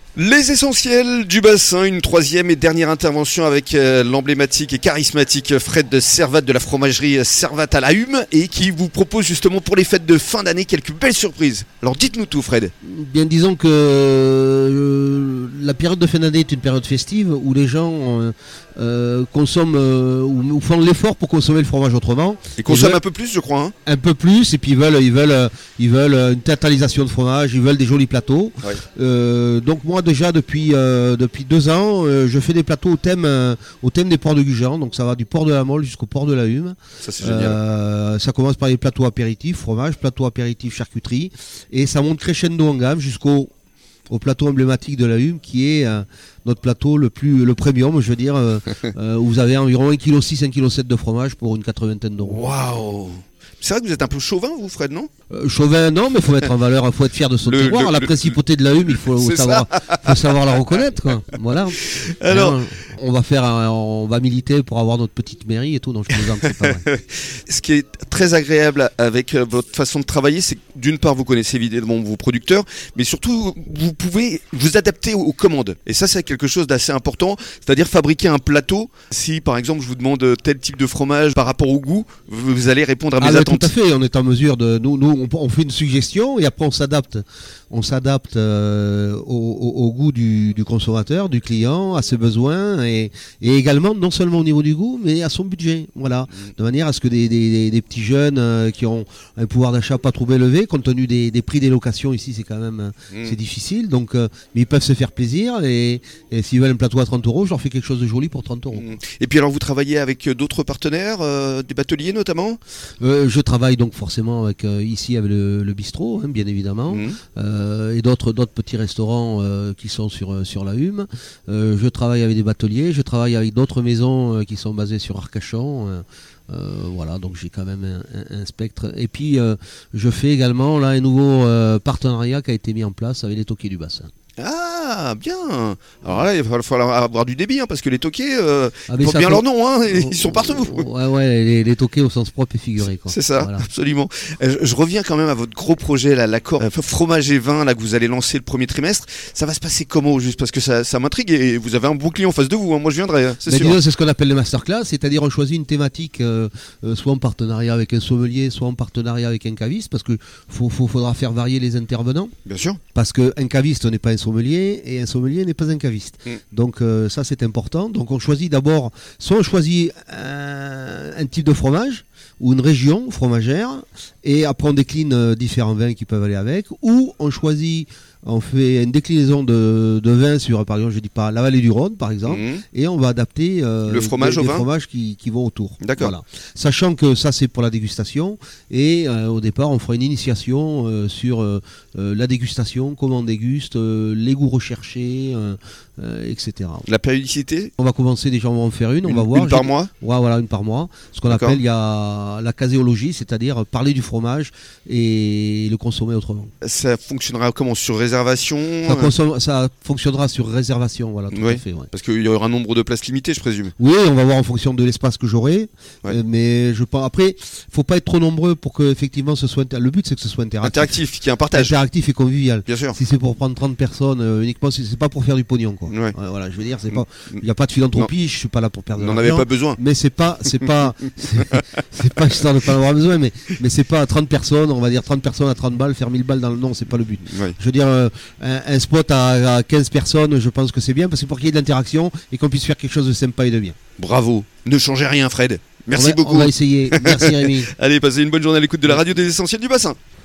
Les essentiels du bassin, une troisième et dernière intervention avec l'emblématique et charismatique Fred de Servat de la fromagerie Servat à la Hume et qui vous propose justement pour les fêtes de fin d'année quelques belles surprises. Alors dites-nous tout Fred. Bien disons que la période de fin d'année est une période festive où les gens consomment ou font l'effort pour consommer le fromage autrement. Ils consomment un peu plus je crois. Hein. Un peu plus et puis ils veulent une totalisation de fromage, ils veulent des jolis plateaux. Ouais. Donc moi déjà depuis 2 ans je fais des plateaux au thème des ports de Gujan, donc ça va du port de la Mole jusqu'au port de la Hume. Ça c'est génial. Ça commence par les plateaux apéritifs fromage, plateau apéritif charcuterie et ça monte crescendo en gamme jusqu'au plateau emblématique de la Hume qui est notre plateau le premium, je veux dire, où vous avez environ 1,6 kg, 1,7 kg de fromage pour une 80aine d'euros. Waouh! C'est vrai que vous êtes un peu chauvin, vous, Fred, non? Chauvin, non, mais il faut mettre en valeur, il faut être fier de son terroir. La principauté de la Hume, il faut savoir la reconnaître, quoi. Voilà. Alors, on va militer pour avoir notre petite mairie et tout, donc je plaisante, c'est pas vrai. Ce qui est très agréable avec votre façon de travailler, c'est que d'une part, vous connaissez évidemment vos producteurs, mais surtout, vous pouvez vous adapter aux commandes. Et ça, c'est quelque chose d'assez important, c'est-à-dire fabriquer un plateau. Si, par exemple, je vous demande tel type de fromage par rapport au goût, vous allez répondre à mes attentes. Tout à fait, on est en mesure de... Nous, on fait une suggestion et après on s'adapte au goût du consommateur, du client, à ses besoins et également non seulement au niveau du goût mais à son budget. Voilà, de manière à ce que des petits jeunes qui ont un pouvoir d'achat pas trop élevé, compte tenu des prix des locations ici c'est quand même c'est difficile, donc mais ils peuvent se faire plaisir et s'ils veulent un plateau à 30 euros, je leur fais quelque chose de joli pour 30 euros. Et puis alors vous travaillez avec d'autres partenaires, des bateliers notamment? Je travaille donc forcément ici avec le bistrot, hein, bien évidemment, et d'autres petits restaurants qui sont sur la Hume. Je travaille avec des bateliers, je travaille avec d'autres maisons qui sont basées sur Arcachon. Voilà, donc j'ai quand même un spectre. Et puis je fais également là un nouveau partenariat qui a été mis en place avec les Toqués du bassin. Ah, bien. Alors là, il va falloir avoir du débit, hein, parce que les toqués, ils portent bien leur nom, hein, ils sont partout. Ouais, les toqués au sens propre et figuré, quoi. C'est ça, voilà. Absolument. Je reviens quand même à votre gros projet, là, l'accord fromage et vin, là, que vous allez lancer le premier trimestre. Ça va se passer comment, juste parce que ça m'intrigue et vous avez un bon client en face de vous, hein. Moi je viendrai, c'est sûr. Disons, c'est ce qu'on appelle les masterclass, c'est-à-dire on choisit une thématique, soit en partenariat avec un sommelier, soit en partenariat avec un caviste, parce que faudra faire varier les intervenants. Bien sûr. Parce qu'un caviste n'est pas un sommelier et un sommelier n'est pas un caviste. Donc ça c'est important. Donc on choisit d'abord, soit on choisit un type de fromage ou une région fromagère et après on décline différents vins qui peuvent aller avec, ou on fait une déclinaison de vin sur, par exemple, je dis pas la vallée du Rhône, par exemple, et on va adapter le fromage au vin, fromages qui vont autour. D'accord. Voilà. Sachant que ça c'est pour la dégustation et au départ on fera une initiation sur la dégustation, comment on déguste, les goûts recherchés, etc. La périodicité, on va commencer déjà, on va en faire on va voir. Une par mois. Ouais, voilà, une par mois. Ce qu'on appelle, il y a la caséologie, c'est-à-dire parler du fromage et le consommer autrement. Ça fonctionnera comment, sur réservation? Ça fonctionnera sur réservation, voilà, tout à fait. Ouais. Parce qu'il y aura un nombre de places limitées, je présume. Oui, on va voir en fonction de l'espace que j'aurai. Ouais. Mais je pense, après, faut pas être trop nombreux pour que effectivement ce soit. Le but, c'est que ce soit interactif, qu'il y ait un partage. Interactif et convivial. Bien sûr. Si c'est pour prendre 30 personnes uniquement, c'est pas pour faire du pognon, quoi. Ouais. Voilà, je veux dire, c'est pas. Il n'y a pas de philanthropie. Je suis pas là pour perdre. On n'en avait pas besoin. Mais c'est pas histoire de pas en avoir besoin, mais c'est pas 30 personnes, on va dire 30 personnes à 30 balles, faire 1000 balles dans le nom, c'est pas le but. Ouais. Je veux dire, un spot à 15 personnes, je pense que c'est bien, parce que pour qu'il y ait de l'interaction et qu'on puisse faire quelque chose de sympa et de bien. Bravo. Ne changez rien, Fred. Merci beaucoup. On va essayer. Merci Rémi. Allez, passez une bonne journée à l'écoute de la radio des Essentiels du Bassin.